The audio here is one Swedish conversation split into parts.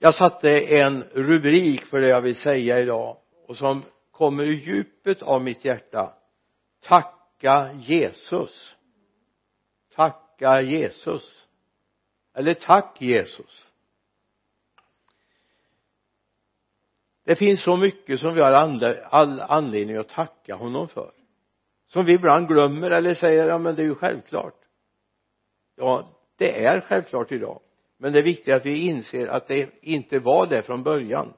Jag satte en rubrik för det jag vill säga idag och som kommer i djupet av mitt hjärta. Tacka Jesus. Tacka Jesus. Eller tack Jesus. Det finns så mycket som vi har all anledning att tacka honom för. Som vi ibland glömmer eller säger, ja men det är ju självklart. Ja, det är självklart idag. Men det är viktigt att vi inser att det inte var det från början.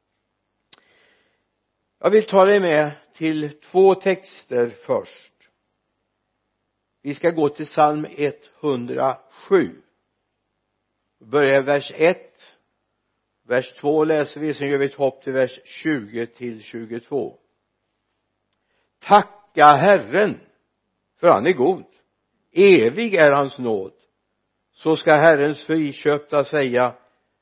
Jag vill ta dig med till 2 texter först. Vi ska gå till psalm 107. Börjar vers 1. Vers 2 läser vi, sen gör vi ett hopp till vers 20 till 22. Tacka Herren, för han är god. Evig är hans nåd. Så ska Herrens friköpta säga,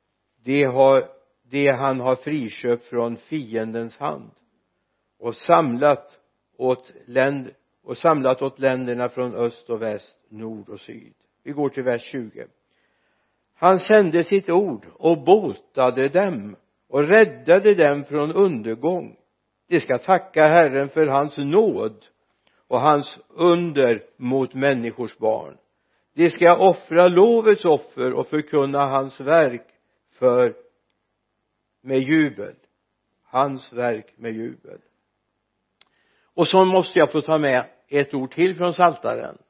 det han har friköpt från fiendens hand och samlat åt länderna från öst och väst, nord och syd. Vi går till vers 20. Han sände sitt ord och botade dem och räddade dem från undergång. De ska tacka Herren för hans nåd och hans under mot människors barn. De ska offra lovets offer och förkunna hans verk med jubel. Hans verk med jubel. Och så måste jag få ta med ett ord till från Psaltaren.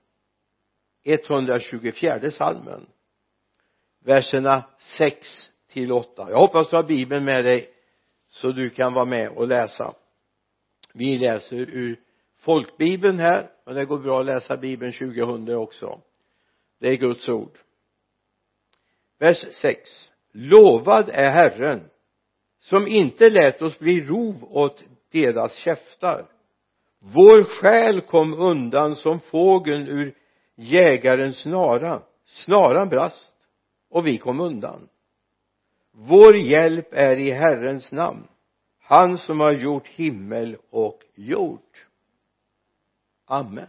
124 psalmen. Verserna 6 till 8. Jag hoppas du har Bibeln med dig så du kan vara med och läsa. Vi läser ur folkbibeln här, men det går bra att läsa Bibeln 2000 också. Det är Guds ord. Vers 6. Lovad är Herren, som inte lät oss bli rov åt deras käftar. Vår själ kom undan som fågeln ur jägarens snara. Snaran brast och vi kom undan. Vår hjälp är i Herrens namn, han som har gjort himmel och jord. Amen.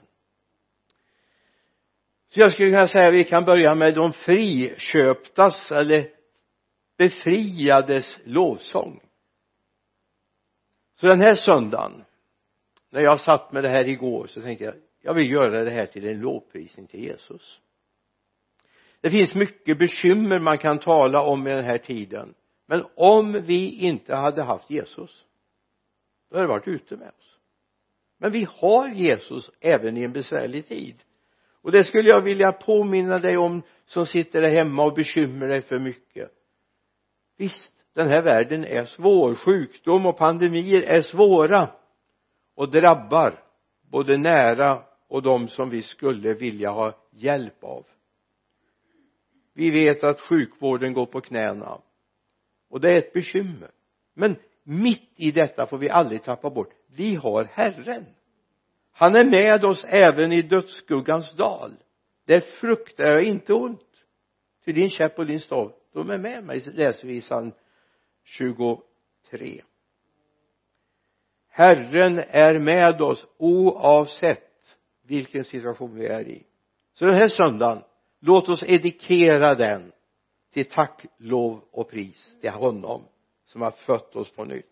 Så jag skulle kunna säga att vi kan börja med de friköptas eller befriades lovsång. Så den här söndagen, när jag satt med det här igår, så tänkte jag vill göra det här till en lovprisning till Jesus. Det finns mycket bekymmer man kan tala om i den här tiden. Men om vi inte hade haft Jesus, då hade det varit ute med oss. Men vi har Jesus även i en besvärlig tid. Och det skulle jag vilja påminna dig om som sitter där hemma och bekymrar dig för mycket. Visst, den här världen är svår. Sjukdom och pandemier är svåra och drabbar både nära och de som vi skulle vilja ha hjälp av. Vi vet att sjukvården går på knäna. Och det är ett bekymmer. Men mitt i detta får vi aldrig tappa bort. Vi har Herren. Han är med oss även i dödsskuggans dal. Det fruktar jag inte ont. Till din käpp och din stav, de är med mig, läser vi i psalm 23. Herren är med oss oavsett vilken situation vi är i. Så den här söndagen, låt oss dedikera den till tack, lov och pris till honom som har fött oss på nytt.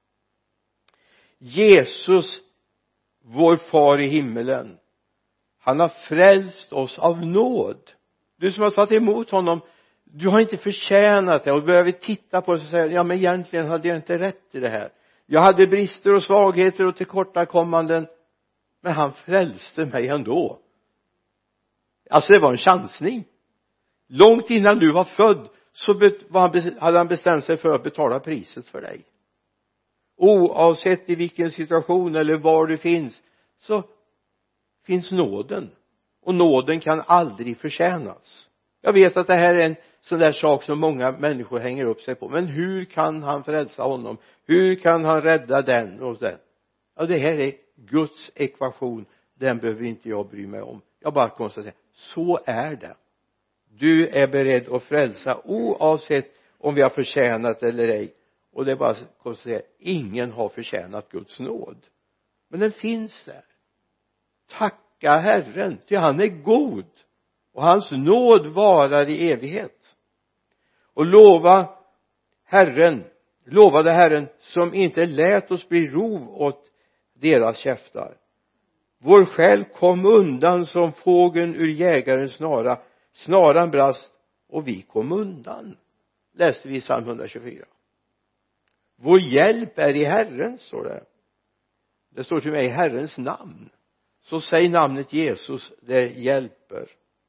Jesus, vår far i himmelen, han har frälst oss av nåd. Du som har tagit emot honom, du har inte förtjänat det. Och börjar vi titta på det så säger jag, ja men egentligen hade jag inte rätt i det här. Jag hade brister och svagheter och tillkortakommanden, men han frälste mig ändå. Alltså det var en chansning. Långt innan du var född så hade han bestämt sig för att betala priset för dig. Oavsett i vilken situation eller var du finns, så finns nåden. Och nåden kan aldrig förtjänas. Jag vet att det här är en sån där sak som många människor hänger upp sig på. Men hur kan han frälsa honom? Hur kan han rädda den och den? Ja, det här är Guds ekvation. Den behöver inte jag bry mig om. Jag bara konstaterar, så är det. Du är beredd att frälsa oavsett om vi har förtjänat eller ej. Och det är bara att konstatera, ingen har förtjänat Guds nåd. Men den finns där. Tacka Herren, ty han är god. Och hans nåd varar i evighet. Och lova lovade Herren, som inte lät oss bli rov åt deras käftar. Vår själ kom undan som fågeln ur jägarens snara. Snaran brast och vi kom undan. Läste vi i psalm 124. Vår hjälp är i Herren, står det. Det står till mig i Herrens namn. Så säg namnet Jesus, det hjälper.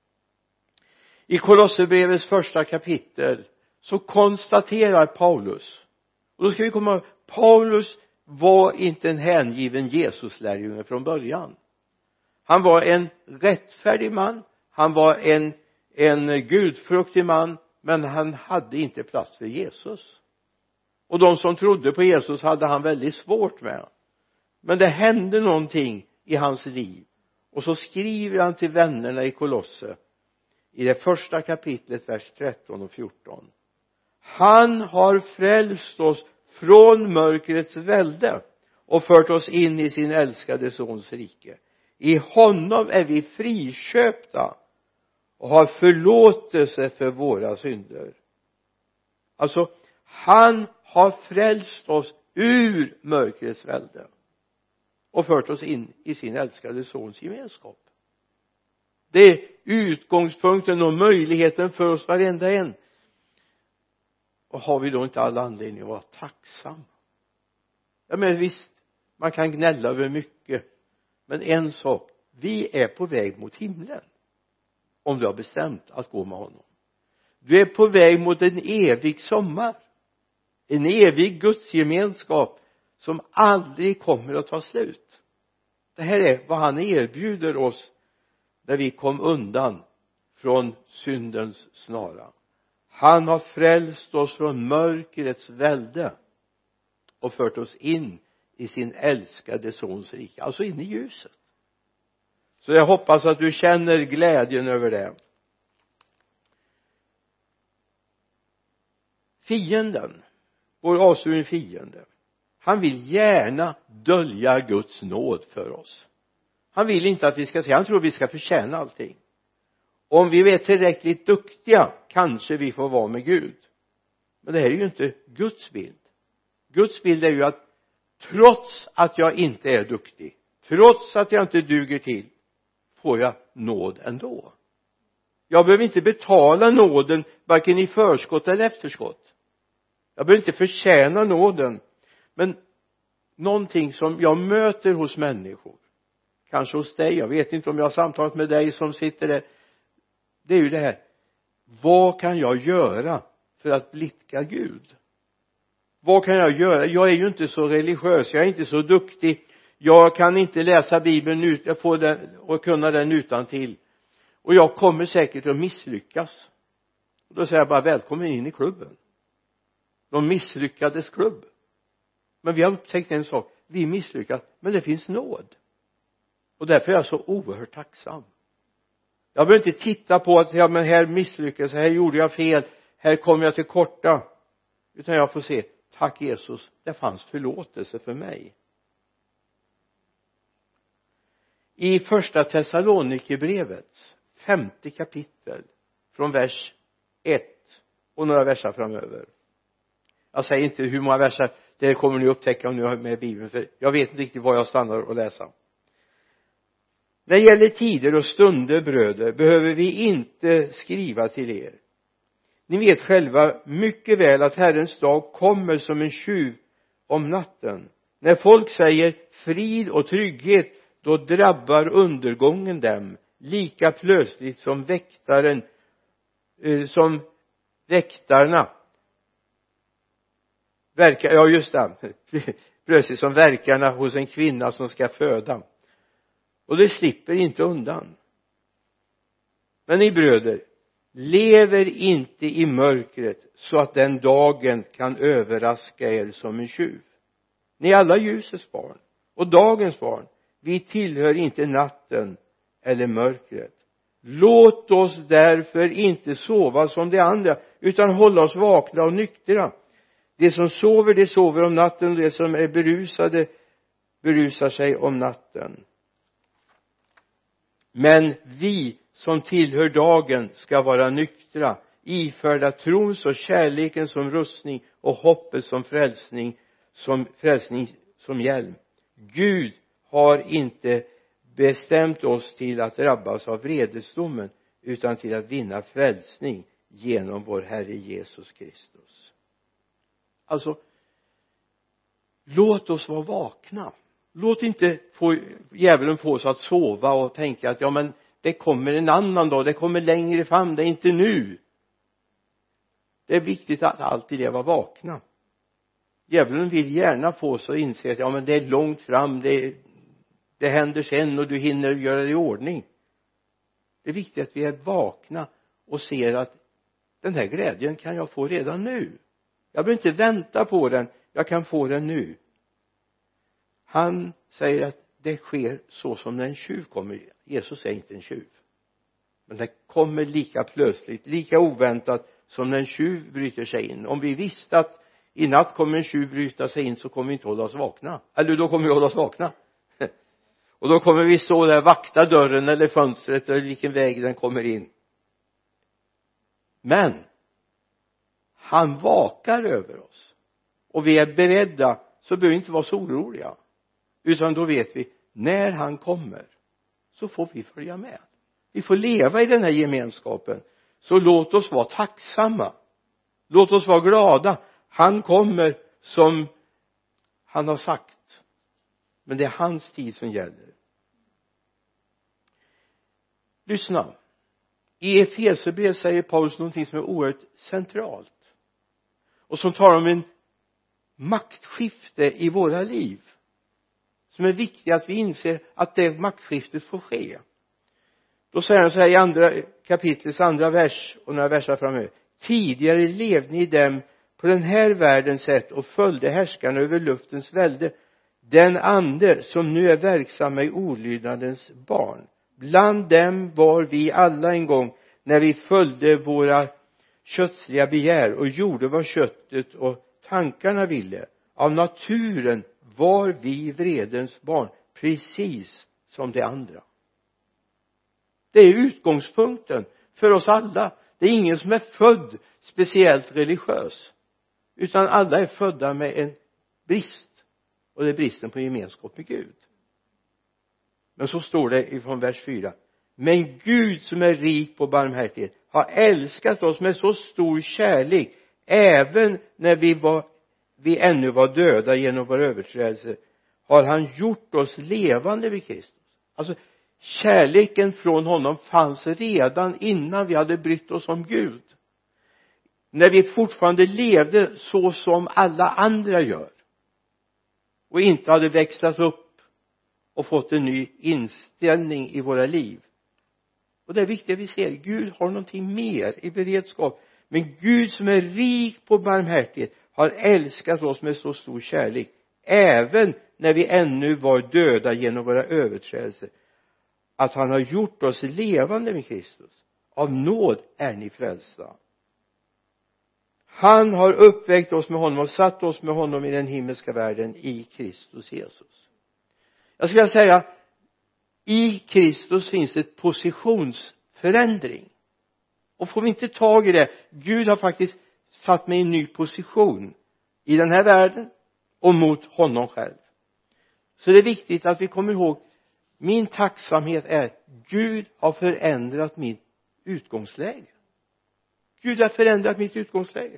I Kolosserbrevets första kapitel så konstaterar Paulus, och då ska vi komma ihåg, Paulus var inte en hängiven Jesus-lärjunge från början. Han var en rättfärdig man, han var en gudfruktig man, men han hade inte plats för Jesus. Och de som trodde på Jesus hade han väldigt svårt med. Men det hände någonting i hans liv, och så skriver han till vännerna i Kolosse i det första kapitlet, vers 13 och 14. Han har frälst oss från mörkrets välde och fört oss in i sin älskade sons rike. I honom är vi friköpta och har förlåtelse för våra synder. Alltså, han har frälst oss ur mörkrets välde och fört oss in i sin älskade sons gemenskap. Det är utgångspunkten och möjligheten för oss varenda en. Och har vi då inte alla anledning att vara tacksam? Ja, men visst, man kan gnälla över mycket. Men en sak, vi är på väg mot himlen. Om du har bestämt att gå med honom. Du är på väg mot en evig sommar. En evig gudsgemenskap som aldrig kommer att ta slut. Det här är vad han erbjuder oss när vi kom undan från syndens snara. Han har frälst oss från mörkrets välde och fört oss in i sin älskade sons rike, alltså in i ljuset. Så jag hoppas att du känner glädjen över det. Fienden, vår avskurne fiende, han vill gärna dölja Guds nåd för oss. Han vill inte att vi ska se, han tror vi ska förtjäna allting. Om vi är tillräckligt duktiga kanske vi får vara med Gud. Men det här är ju inte Guds bild. Guds bild är ju att trots att jag inte är duktig, trots att jag inte duger till, får jag nåd ändå. Jag behöver inte betala nåden varken i förskott eller efterskott. Jag behöver inte förtjäna nåden. Men någonting som jag möter hos människor, kanske hos dig, jag vet inte om jag har samtalat med dig som sitter där, det är ju det här: vad kan jag göra för att blidka Gud? Vad kan jag göra? Jag är ju inte så religiös, jag är inte så duktig, jag kan inte läsa Bibeln ut, jag får den och kunna den utantill, och jag kommer säkert att misslyckas. Och då säger jag bara: välkommen in i klubben. De misslyckades klubb. Men vi har upptäckt en sak: vi misslyckas, men det finns nåd. Och därför är jag så oerhört tacksam. Jag behöver inte titta på att ja, men här misslyckades, här gjorde jag fel, här kom jag till korta, utan jag får se: tack Jesus, det fanns förlåtelse för mig. I första Thessalonikerbrevets 5:e kapitel från vers 1 och några verser framöver. Jag säger inte hur många verser, det kommer ni upptäcka om ni har med Bibeln, för jag vet inte riktigt vad jag stannar och läsa. När det gäller tider och stunder, bröder, behöver vi inte skriva till er. Ni vet själva mycket väl att Herrens dag kommer som en tjuv om natten. När folk säger frid och trygghet, då drabbar undergången dem lika plötsligt som väktarna verkar, ja just det, plötsligt som verkarna hos en kvinna som ska föda. Och det slipper inte undan. Men ni bröder, lever inte i mörkret så att den dagen kan överraska er som en tjuv. Ni är alla ljusets barn och dagens barn. Vi tillhör inte natten eller mörkret. Låt oss därför inte sova som de andra, utan hålla oss vakna och nyktra. De som sover, de sover om natten, och de som är berusade berusar sig om natten. Men vi som tillhör dagen ska vara nyktra, iförda trons och kärleken som rustning och hoppet som frälsning som hjälm. Gud har inte bestämt oss till att drabbas av vredesdomen, utan till att vinna frälsning genom vår Herre Jesus Kristus. Alltså, låt oss vara vakna. Låt inte djävulen få oss att sova och tänka att ja, men det kommer en annan dag, det kommer längre fram, det är inte nu. Det är viktigt att alltid vara vakna. Djävulen vill gärna få oss att inse att ja, men det är långt fram, det händer sen och du hinner göra det i ordning. Det är viktigt att vi är vakna och ser att den här glädjen kan jag få redan nu. Jag behöver inte vänta på den, jag kan få den nu. Han säger att det sker så som när en tjuv kommer. Jesus är inte en tjuv, men det kommer lika plötsligt, lika oväntat som när en tjuv bryter sig in. Om vi visste att i natt kommer en tjuv bryta sig in, så kommer vi inte hålla oss vakna. Eller då kommer vi hålla oss vakna. Och då kommer vi stå där, vakta dörren eller fönstret eller vilken väg den kommer in. Men han vakar över oss. Och vi är beredda, så behöver vi inte vara så oroliga. Utan då vet vi, när han kommer så får vi följa med. Vi får leva i den här gemenskapen. Så låt oss vara tacksamma. Låt oss vara glada. Han kommer som han har sagt. Men det är hans tid som gäller. Lyssna. I Efesierbrevet säger Paulus någonting som är oerhört centralt. Och som talar om en maktskifte i våra liv. Som är viktigt att vi inser att det maktskiftet får ske. Då säger han så här i andra kapitlets andra vers och några versar framöver. Tidigare levde ni dem på den här världens sätt och följde härskarna över luftens välde. Den ande som nu är verksamma i olydnadens barn. Bland dem var vi alla en gång när vi följde våra kötsliga begär och gjorde vad köttet och tankarna ville. Av naturen var vi vredens barn, precis som de andra. Det är utgångspunkten för oss alla. Det är ingen som är född speciellt religiös, utan alla är födda med en brist, och det är bristen på gemenskap med Gud. Men så står det ifrån vers 4. Men Gud som är rik på barmhärtighet har älskat oss med så stor kärlek, även när vi ännu var döda genom vår överträdelse, har han gjort oss levande vid Kristus. Alltså kärleken från honom fanns redan innan vi hade brytt oss om Gud. När vi fortfarande levde så som alla andra gör. Och inte hade växlat upp och fått en ny inställning i våra liv. Och det är viktigt att vi ser, Gud har någonting mer i beredskap. Men Gud som är rik på barmhärtighet har älskat oss med så stor kärlek, även när vi ännu var döda genom våra överträdelser, att han har gjort oss levande med Kristus. Av nåd är ni frälsta. Han har uppväckt oss med honom och satt oss med honom i den himmelska världen i Kristus Jesus. Jag skulle säga, i Kristus finns ett positionsförändring. Och får vi inte tag i det, Gud har faktiskt satt mig i en ny position i den här världen och mot honom själv. Så det är viktigt att vi kommer ihåg, min tacksamhet är, Gud har förändrat mitt utgångsläge. Gud har förändrat mitt utgångsläge.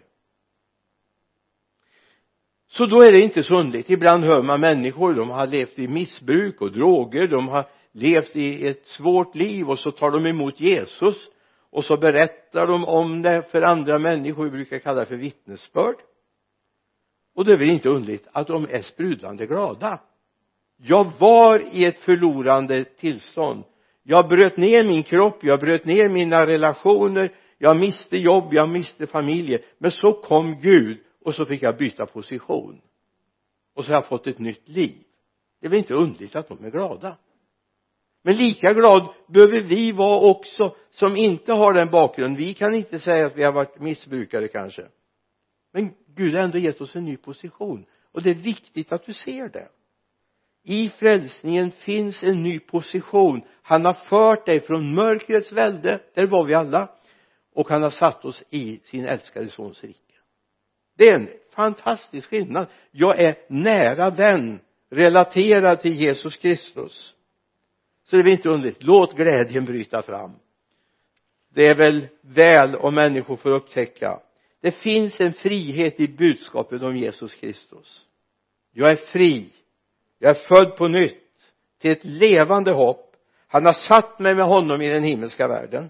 Så då är det inte så underligt. Ibland hör man människor, de har levt i missbruk och droger, de har levt i ett svårt liv, och så tar de emot Jesus och så berättar de om det för andra människor. Vi brukar kalla det för vittnesbörd. Och det är väl inte underligt att de är sprudlande glada. Jag var i ett förlorande tillstånd. Jag bröt ner min kropp, jag bröt ner mina relationer, jag miste jobb, jag miste familjer. Men så kom Gud och så fick jag byta position. Och så har jag fått ett nytt liv. Det är väl inte underligt att de är glada. Men lika glad behöver vi vara också som inte har den bakgrunden. Vi kan inte säga att vi har varit missbrukare kanske. Men Gud har ändå gett oss en ny position. Och det är viktigt att du ser det. I frälsningen finns en ny position. Han har fört dig från mörkrets välde, där var vi alla, och han har satt oss i sin älskade sons rike. Det är en fantastisk skillnad. Jag är nära vän, relaterad till Jesus Kristus. Så det är inte underligt. Låt glädjen bryta fram. Det är väl om människor får upptäcka. Det finns en frihet i budskapet om Jesus Kristus. Jag är fri. Jag är född på nytt till ett levande hopp. Han har satt mig med honom i den himmelska världen.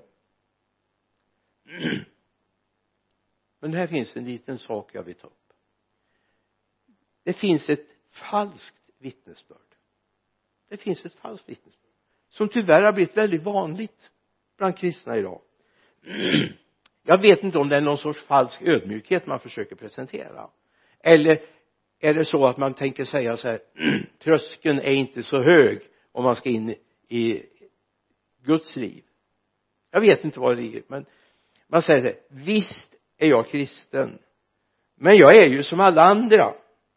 Men här finns en liten sak jag vill ta upp. Det finns ett falskt vittnesbörd. Det finns ett falskt vittnesbörd som tyvärr har blivit väldigt vanligt bland kristna idag. Jag vet inte om det är någon sorts falsk ödmjukhet man försöker presentera. Eller är det så att man tänker säga så här: tröskeln är inte så hög om man ska in i Guds liv. Jag vet inte vad det är, men man säger så här: visst är jag kristen, men jag är ju som alla andra.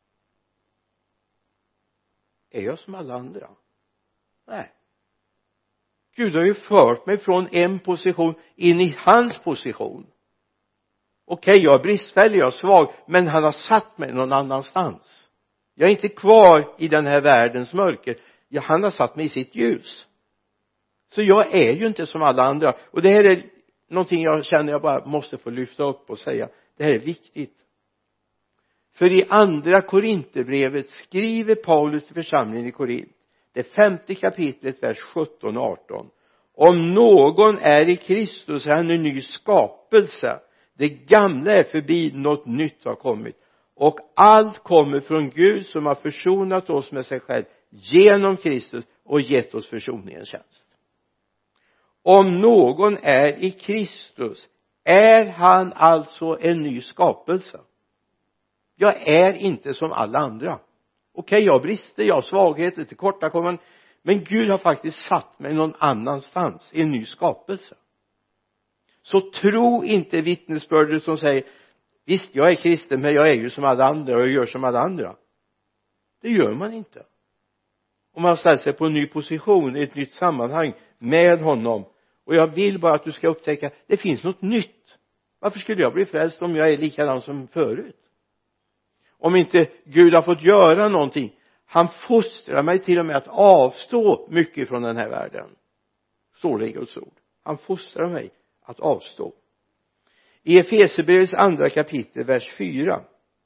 Är jag som alla andra? Nej. Gud har ju fört mig från en position in i hans position. Okej, jag är bristfällig, jag är svag, men han har satt mig någon annanstans. Jag är inte kvar i den här världens mörker. Han har satt mig i sitt ljus. Så jag är ju inte som alla andra. Och det här är någonting jag känner jag bara måste få lyfta upp och säga. Det här är viktigt. För i andra Korinthierbrevet skriver Paulus till församlingen i Korint, det 5:e kapitlet, vers 17 och 18. Om någon är i Kristus är han en ny skapelse. Det gamla är förbi, något nytt har kommit. Och allt kommer från Gud som har försonat oss med sig själv genom Kristus och gett oss försoningens tjänst. Om någon är i Kristus är han alltså en ny skapelse. Jag är inte som alla andra. Okej, jag har brister, jag har svagheter, tillkortakommanden. Men Gud har faktiskt satt mig någon annanstans i en ny skapelse. Så tro inte vittnesbördet som säger: visst, jag är kristen, men jag är ju som alla andra och jag gör som alla andra. Det gör man inte. Om man ställer sig på en ny position i ett nytt sammanhang med honom. Och jag vill bara att du ska upptäcka, det finns något nytt. Varför skulle jag bli frälst om jag är likadan som förut? Om inte Gud har fått göra någonting. Han fostrar mig till och med att avstå mycket från den här världen. Står det i Guds ord. Han fostrar mig att avstå. I Efesierbrevets 2 kapitel, vers 4.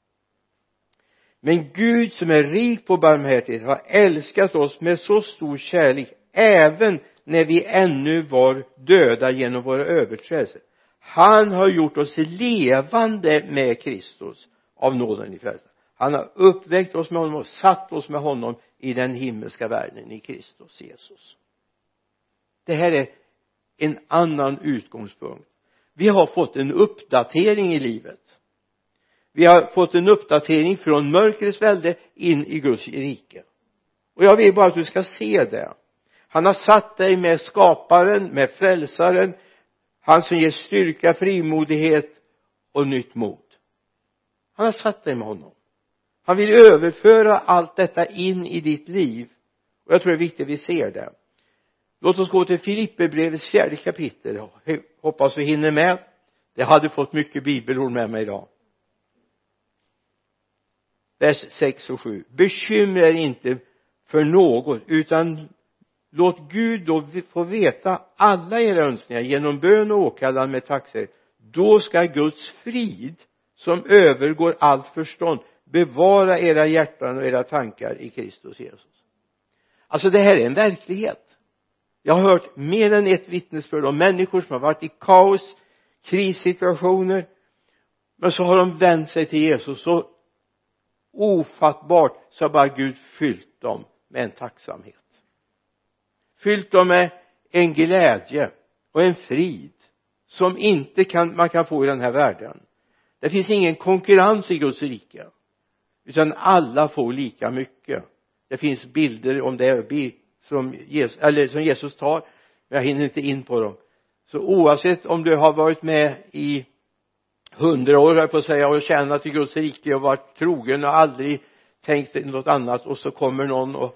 Men Gud som är rik på barmhärtighet har älskat oss med så stor kärlek även när vi ännu var döda genom våra överträdelser. Han har gjort oss levande med Kristus av nåden i frälsningen. Han har uppväckt oss med honom och satt oss med honom i den himmelska världen i Kristus Jesus. Det här är en annan utgångspunkt. Vi har fått en uppdatering i livet. Vi har fått en uppdatering från mörkrets välde in i Guds rike. Och jag vill bara att du ska se det. Han har satt dig med skaparen, med frälsaren. Han som ger styrka, frimodighet och nytt mod. Han har satt dig med honom. Han vill överföra allt detta in i ditt liv. Och jag tror det är viktigt att vi ser det. Låt oss gå till Filipperbrevets 4:e kapitel. Hoppas vi hinner med. Jag hade fått mycket bibelord med mig idag. Vers 6 och 7. Bekymra er inte för något, utan låt Gud då få veta alla era önskningar genom bön och åkallan med tacksägelse. Då ska Guds frid som övergår allt förstånd bevara era hjärtan och era tankar i Kristus Jesus. Alltså det här är en verklighet. Jag har hört mer än ett vittnesbörd om människor som har varit i kaos, krissituationer, men så har de vänt sig till Jesus så ofattbart så har bara Gud fyllt dem med en tacksamhet. Fyllt dem med en glädje och en frid som inte man kan få i den här världen. Det finns ingen konkurrens i Guds rike, utan alla får lika mycket. Det finns bilder om det som Jesus tar, men jag hinner inte in på dem. Så oavsett om du har varit med i 100 år på att säga och tjänat till Guds rike och varit trogen och aldrig tänkt något annat, och så kommer någon och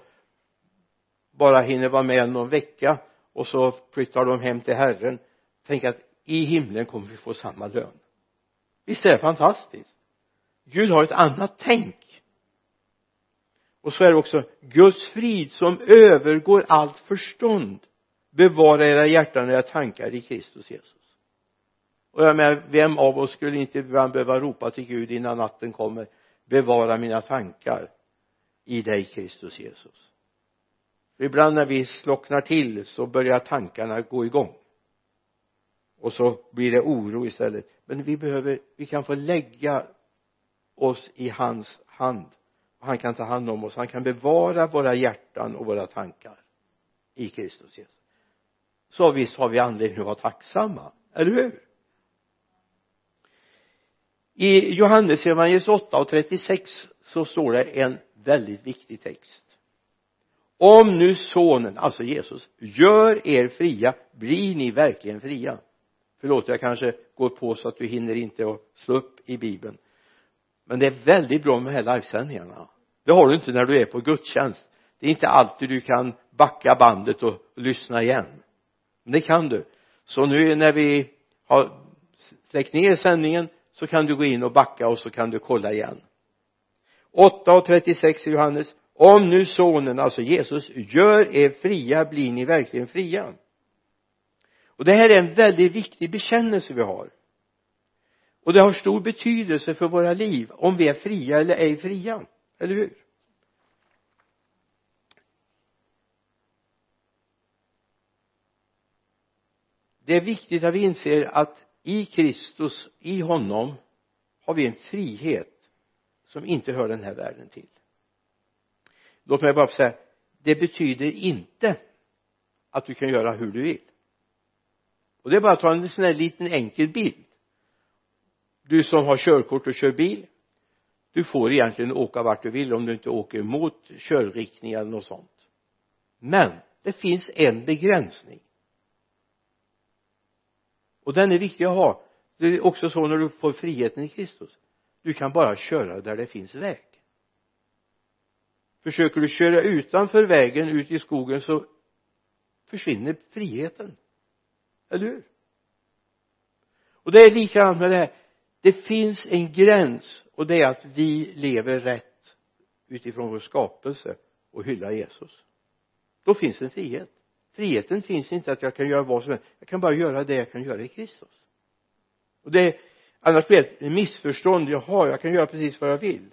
bara hinner vara med någon vecka och så flyttar de hem till Herren. Tänk att i himlen kommer vi få samma lön. Visst är det fantastiskt? Gud har ett annat tänk. Och så är det också Guds frid som övergår allt förstånd. Bevara era hjärtan och era tankar i Kristus Jesus. Och jag menar, vem av oss skulle inte ibland behöva ropa till Gud innan natten kommer: bevara mina tankar i dig Kristus Jesus. För ibland när vi slocknar till så börjar tankarna gå igång. Och så blir det oro istället. Men vi kan få lägga oss i hans hand. Han kan ta hand om oss. Han kan bevara våra hjärtan och våra tankar i Kristus Jesus. Så visst har vi anledning att vara tacksamma. Eller hur? I Johannes evangeliet 8:36 så står det en väldigt viktig text. Om nu sonen, alltså Jesus, gör er fria, blir ni verkligen fria. Förlåt, jag kanske går på så att du hinner inte att slå upp i Bibeln. Men det är väldigt bra med de här livesändningarna. Det har du inte när du är på gudstjänst. Det är inte alltid du kan backa bandet och lyssna igen. Men det kan du. Så nu när vi har släckt ner sändningen så kan du gå in och backa och så kan du kolla igen. 8:36 i Johannes. Om nu sonen, alltså Jesus, gör er fria, blir ni verkligen fria. Och det här är en väldigt viktig bekännelse vi har. Och det har stor betydelse för våra liv om vi är fria eller ej fria. Eller hur? Det är viktigt att vi inser att i Kristus, i honom, har vi en frihet som inte hör den här världen till. Låt mig bara säga, det betyder inte att du kan göra hur du vill. Och det är bara att ta en sån här liten enkel bild. Du som har körkort och kör bil, du får egentligen åka vart du vill om du inte åker mot körriktning eller något sånt. Men det finns en begränsning. Och den är viktig att ha. Det är också så när du får friheten i Kristus. Du kan bara köra där det finns väg. Försöker du köra utanför vägen ut i skogen så försvinner friheten. Eller hur? Och det är likadant med det här. Det finns en gräns och det är att vi lever rätt utifrån vår skapelse och hyllar Jesus. Då finns en frihet. Friheten finns inte att jag kan göra vad som helst. Jag kan bara göra det jag kan göra i Kristus. Och det är, annars blir det ett missförstånd. Jag kan göra precis vad jag vill.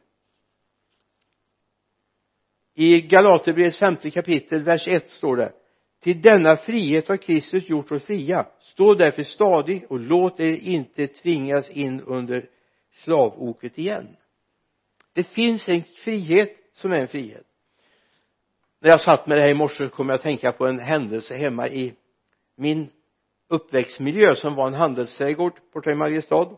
I Galaterbrevets 5:e kapitel, vers 1 står det: till denna frihet har Kristus gjort oss fria. Stå därför stadig och låt er inte tvingas in under slavoket igen. Det finns en frihet som är en frihet. När jag satt med det här i morse kom jag att tänka på en händelse hemma i min uppväxtmiljö som var en handelsträdgård borta i Mariestad.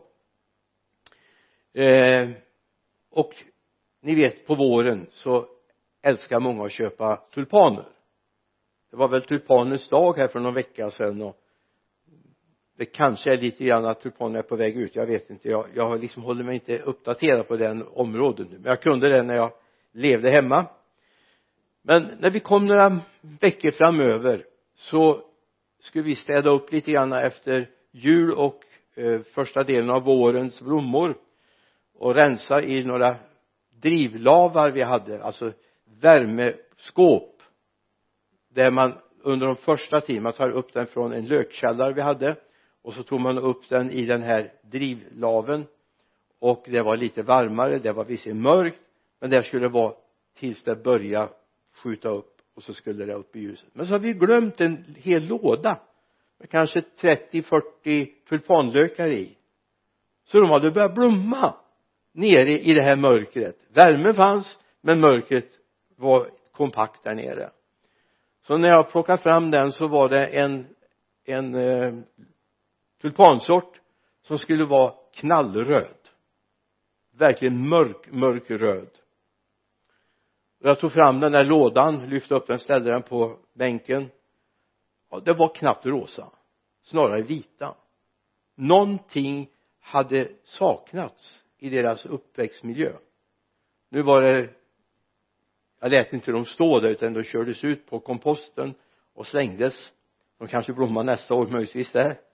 Och ni vet, på våren så älskar många att köpa tulpaner. Det var väl tulpanens dag här för någon vecka sedan och det kanske är lite grann att tulpaner är på väg ut. Jag vet inte, jag liksom håller mig inte uppdaterad på den områden nu. Men jag kunde det när jag levde hemma. Men när vi kom några veckor framöver så skulle vi städa upp lite grann efter jul och första delen av vårens blommor och rensa i några drivlavar vi hade, alltså värmeskåp där man under de första tiden man tar upp den från en lökkällare vi hade och så tog man upp den i den här drivlaven och det var lite varmare, det var visserligen mörkt men det skulle vara tills det började skjuta upp och så skulle det upp i ljuset. Men så har vi glömt en hel låda med kanske 30-40 tulpanlökar i. Så de hade börjat blomma nere i det här mörkret. Värme fanns men mörkret var kompakt där nere. Så när jag plockade fram den så var det en tulpansort som skulle vara knallröd. Verkligen mörkröd. Jag tog fram den där lådan, lyfte upp den, ställde den på bänken. Ja, det var knappt rosa, snarare vita. Någonting hade saknats i deras uppväxtmiljö. Nu var det, jag lät inte dem stå där utan de kördes ut på komposten och slängdes. De kanske blommar nästa år möjligtvis där.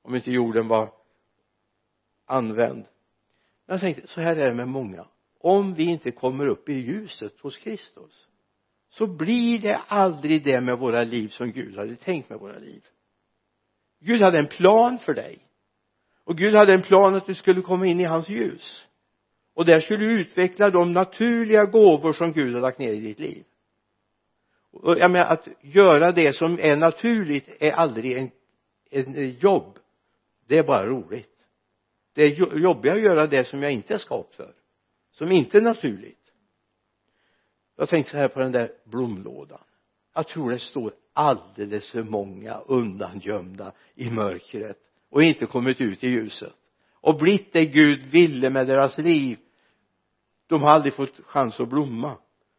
om inte jorden var använd. Men jag tänkte, så här är det med många. Om vi inte kommer upp i ljuset hos Kristus, så blir det aldrig det med våra liv som Gud hade tänkt med våra liv. Gud hade en plan för dig. Och Gud hade en plan att du skulle komma in i hans ljus. Och där skulle du utveckla de naturliga gåvor som Gud har lagt ner i ditt liv. Och jag menar, att göra det som är naturligt är aldrig en jobb. Det är bara roligt. Det är jobbigt att göra det som jag inte är skapt för. Som inte är naturligt. Jag tänkte så här på den där blomlådan. Jag tror det står alldeles för många undangömda i mörkret. Och inte kommit ut i ljuset. Och blivit det Gud ville med deras liv. De har aldrig fått chans att blomma.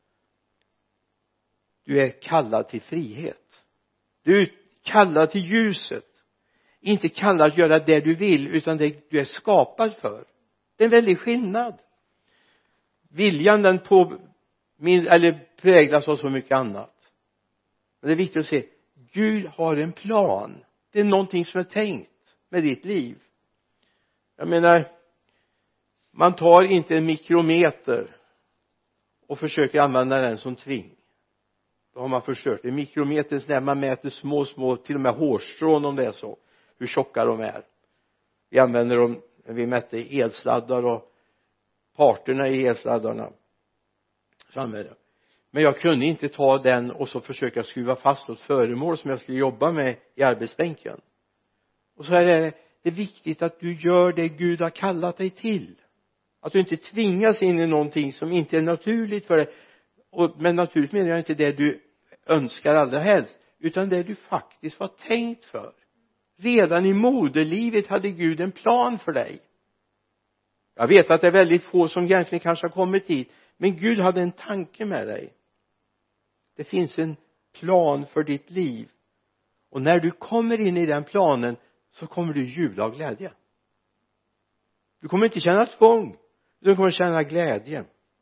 Du är kallad till frihet. Du är kallad till ljuset. Inte kallad att göra det du vill, utan det du är skapad för. Det är en väldig skillnad. Viljan den präglas av så mycket annat. Men det är viktigt att se, Gud har en plan. Det är någonting som är tänkt med ditt liv. Jag menar, man tar inte en mikrometer och försöker använda den som tving. Då har man förstört. En mikrometer när man mäter små, till och med hårstrån om det är så. Hur tjocka de är. Vi använder dem när vi mätte elsladdar och parterna i elsladdarna. Så använder jag. Men jag kunde inte ta den och så försöka skruva fast ett föremål som jag skulle jobba med i arbetsbänken. Och så är det viktigt att du gör det Gud har kallat dig till. Att du inte tvingas in i någonting som inte är naturligt för dig. Men naturligt menar jag inte det du önskar allra helst, utan det du faktiskt var tänkt för. Redan i moderlivet hade Gud en plan för dig. Jag vet att det är väldigt få som egentligen kanske har kommit dit, men Gud hade en tanke med dig. Det finns en plan för ditt liv. Och när du kommer in i den planen så kommer du jubla av glädje. Du kommer inte känna tvång. Du kommer känna glädje.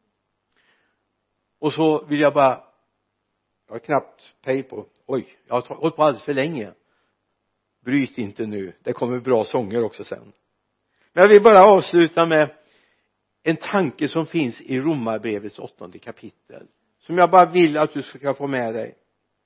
Och så vill jag bara, jag har knappt pej på, jag har hållit på alldeles för länge. Bryt inte nu, det kommer bra sånger också sen. Men jag vill bara avsluta med en tanke som finns i Romarbrevets 8:e kapitel. Som jag bara vill att du ska få med dig.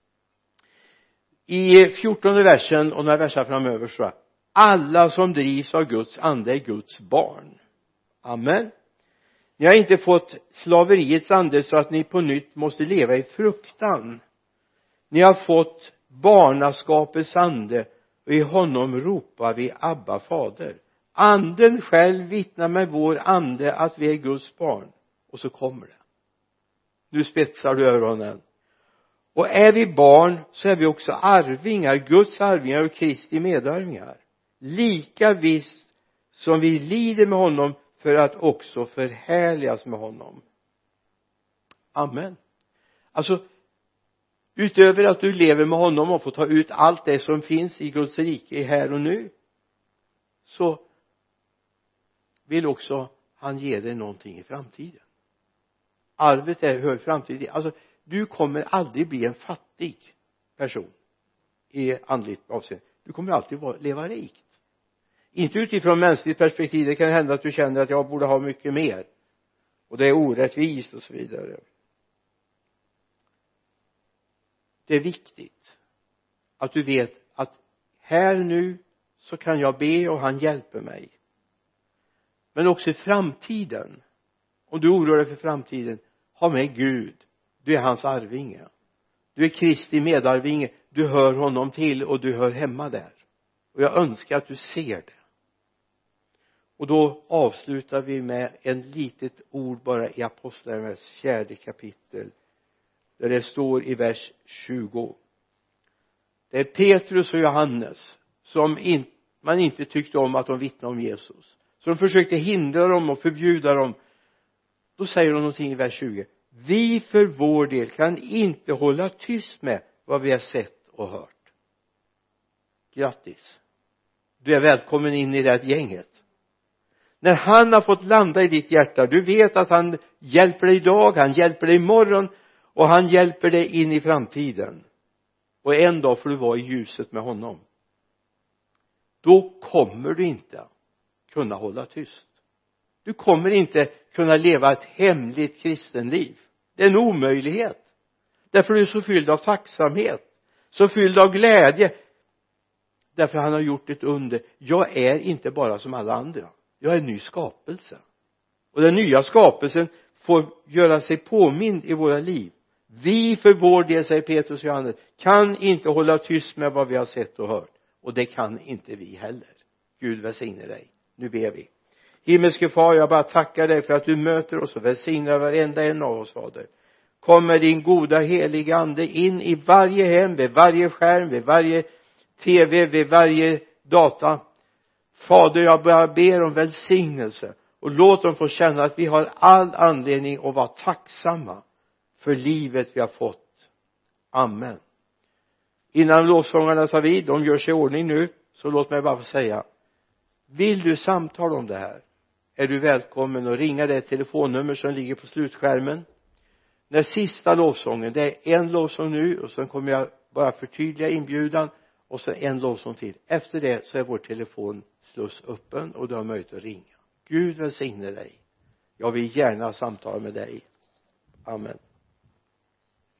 I 14:e versen och några verser framöver så: alla som drivs av Guds ande är Guds barn. Amen. Ni har inte fått slaveriets ande så att ni på nytt måste leva i fruktan. Ni har fått barnaskapets ande, och i honom ropar vi Abba, fader. Anden själv vittnar med vår ande att vi är Guds barn. Och så kommer det. Nu spetsar du öronen. Och är vi barn så är vi också arvingar, Guds arvingar och Kristi medarvingar. Lika visst som vi lider med honom för att också förhärligas med honom. Amen. Alltså, utöver att du lever med honom och får ta ut allt det som finns i Guds rike här och nu, så vill också han ge dig någonting i framtiden. Arvet hör framtiden. Alltså, du kommer aldrig bli en fattig person i andligt avseende. Du kommer alltid leva rikt. Inte utifrån mänskligt perspektiv. Det kan hända att du känner att jag borde ha mycket mer. Och det är orättvist och så vidare. Det är viktigt att du vet att här nu så kan jag be och han hjälper mig. Men också i framtiden. Om du oroar dig för framtiden, ha med Gud. Du är hans arvinge. Du är Kristi medarvinge. Du hör honom till och du hör hemma där. Och jag önskar att du ser det. Och då avslutar vi med en litet ord bara i Apostlagärningarnas 4:e kapitel. Där det står i vers 20. Det är Petrus och Johannes som man inte tyckte om att de vittnade om Jesus. Så de försökte hindra dem och förbjuda dem. Då säger de någonting i vers 20. Vi för vår del kan inte hålla tyst med vad vi har sett och hört. Grattis. Du är välkommen in i det gänget. När han har fått landa i ditt hjärta, du vet att han hjälper dig idag, han hjälper dig imorgon och han hjälper dig in i framtiden. Och en dag får du vara i ljuset med honom. då kommer du inte kunna hålla tyst. Du kommer inte kunna leva ett hemligt kristenliv. Det är en omöjlighet. Därför är du så fylld av tacksamhet, så fylld av glädje. Därför han har gjort ett under. Jag är inte bara som alla andra. Jag är en ny skapelse. Och den nya skapelsen får göra sig påmind i våra liv. Vi för vår del, säger Petrus och Johannes, kan inte hålla tyst med vad vi har sett och hört. Och det kan inte vi heller. Gud välsigne dig. Nu ber vi. Himmelske far, jag bara tackar dig för att du möter oss och välsignar varenda en av oss, Fader. Kom med din goda heliga ande in i varje hem, vid varje skärm, vid varje tv, vid varje data. Fader, jag bara ber om välsignelse och låt dem få känna att vi har all anledning att vara tacksamma för livet vi har fått. Amen. Innan lovsångarna tar vid, de gör sig i ordning nu, så låt mig bara få säga, vill du samtala om det här, är du välkommen att ringa det telefonnummer som ligger på slutskärmen. När sista lovsången, det är en lovsång nu och sen kommer jag bara förtydliga inbjudan och så en lovsång till. Efter det så är vår telefon sluss öppen och du har möjlighet att ringa. Gud välsigne dig. Jag vill gärna samtala med dig. Amen.